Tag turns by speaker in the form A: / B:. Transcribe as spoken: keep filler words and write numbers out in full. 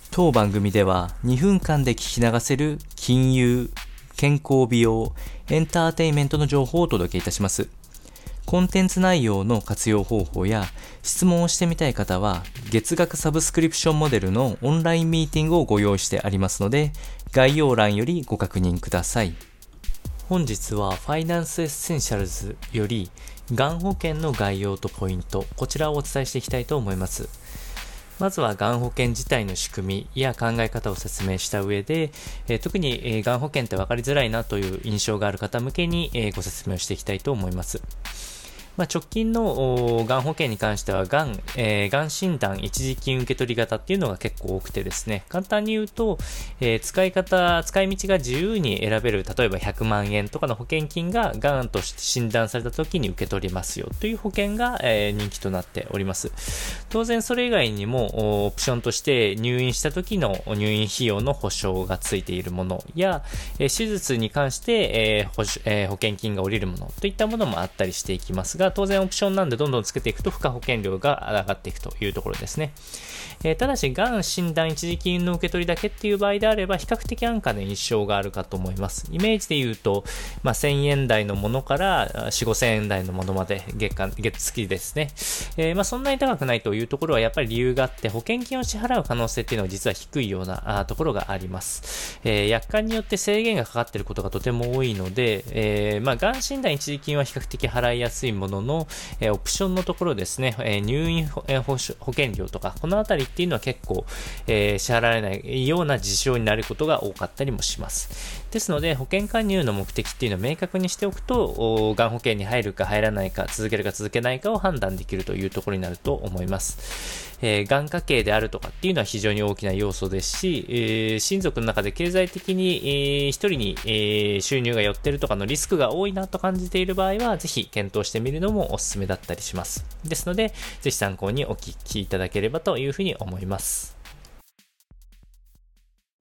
A: 当番組ではにふんかんで聞き流せる金融、健康美容、エンターテインメントの情報をお届けいたします。コンテンツ内容の活用方法や質問をしてみたい方は月額サブスクリプションモデルのオンラインミーティングをご用意してありますので、概要欄よりご確認ください。本日はファイナンスエッセンシャルズよりがん保険の概要とポイント、こちらをお伝えしていきたいと思います。まずはがん保険自体の仕組みや考え方を説明した上で、えー、特に、えー、がん保険って分かりづらいなという印象がある方向けに、えー、ご説明をしていきたいと思います。まあ、直近のがん保険に関してはがん、えー、がん診断一時金受取型っていうのが結構多くてですね、簡単に言うと、えー、使い方、使い道が自由に選べる、例えばひゃくまんえんとかの保険金ががんとして診断された時に受け取りますよという保険が、えー、人気となっております。当然それ以外にもオプションとして入院した時の入院費用の保証がついているものや、えー、手術に関して、えー 保, えー、保険金が下りるものといったものもあったりしていきますが、当然オプションなんでどんどんつけていくと付加保険料が上がっていくというところですね。えー、ただし、がん診断一時金の受け取りだけっていう場合であれば、比較的安価な印象があるかと思います。イメージで言うと、まあ、せんえん台のものからよん、ごせんえん台のものまで月間、月月ですね。えー、まあ、そんなに高くないというところはやっぱり理由があって、保険金を支払う可能性っていうのは実は低いようなところがあります。えー、薬価によって制限がかかっていることがとても多いので、えー、まあ、がん診断一時金は比較的払いやすいものの、えー、オプションのところですね、えー、入院 保, 保, 保険料とか、このあたりっていうのは結構、えー、支払えないような事象になることが多かったりもします。ですので、保険加入の目的っていうのを明確にしておくと、がん保険に入るか入らないか、続けるか続けないかを判断できるというところになると思います。えー、がん家系であるとかっていうのは非常に大きな要素ですし、えー、親族の中で経済的に、えー、一人に、えー、収入が寄ってるとかのリスクが多いなと感じている場合は、ぜひ検討してみるのもおすすめだったりします。ですので、ぜひ参考にお聞きいただければというふうに思います。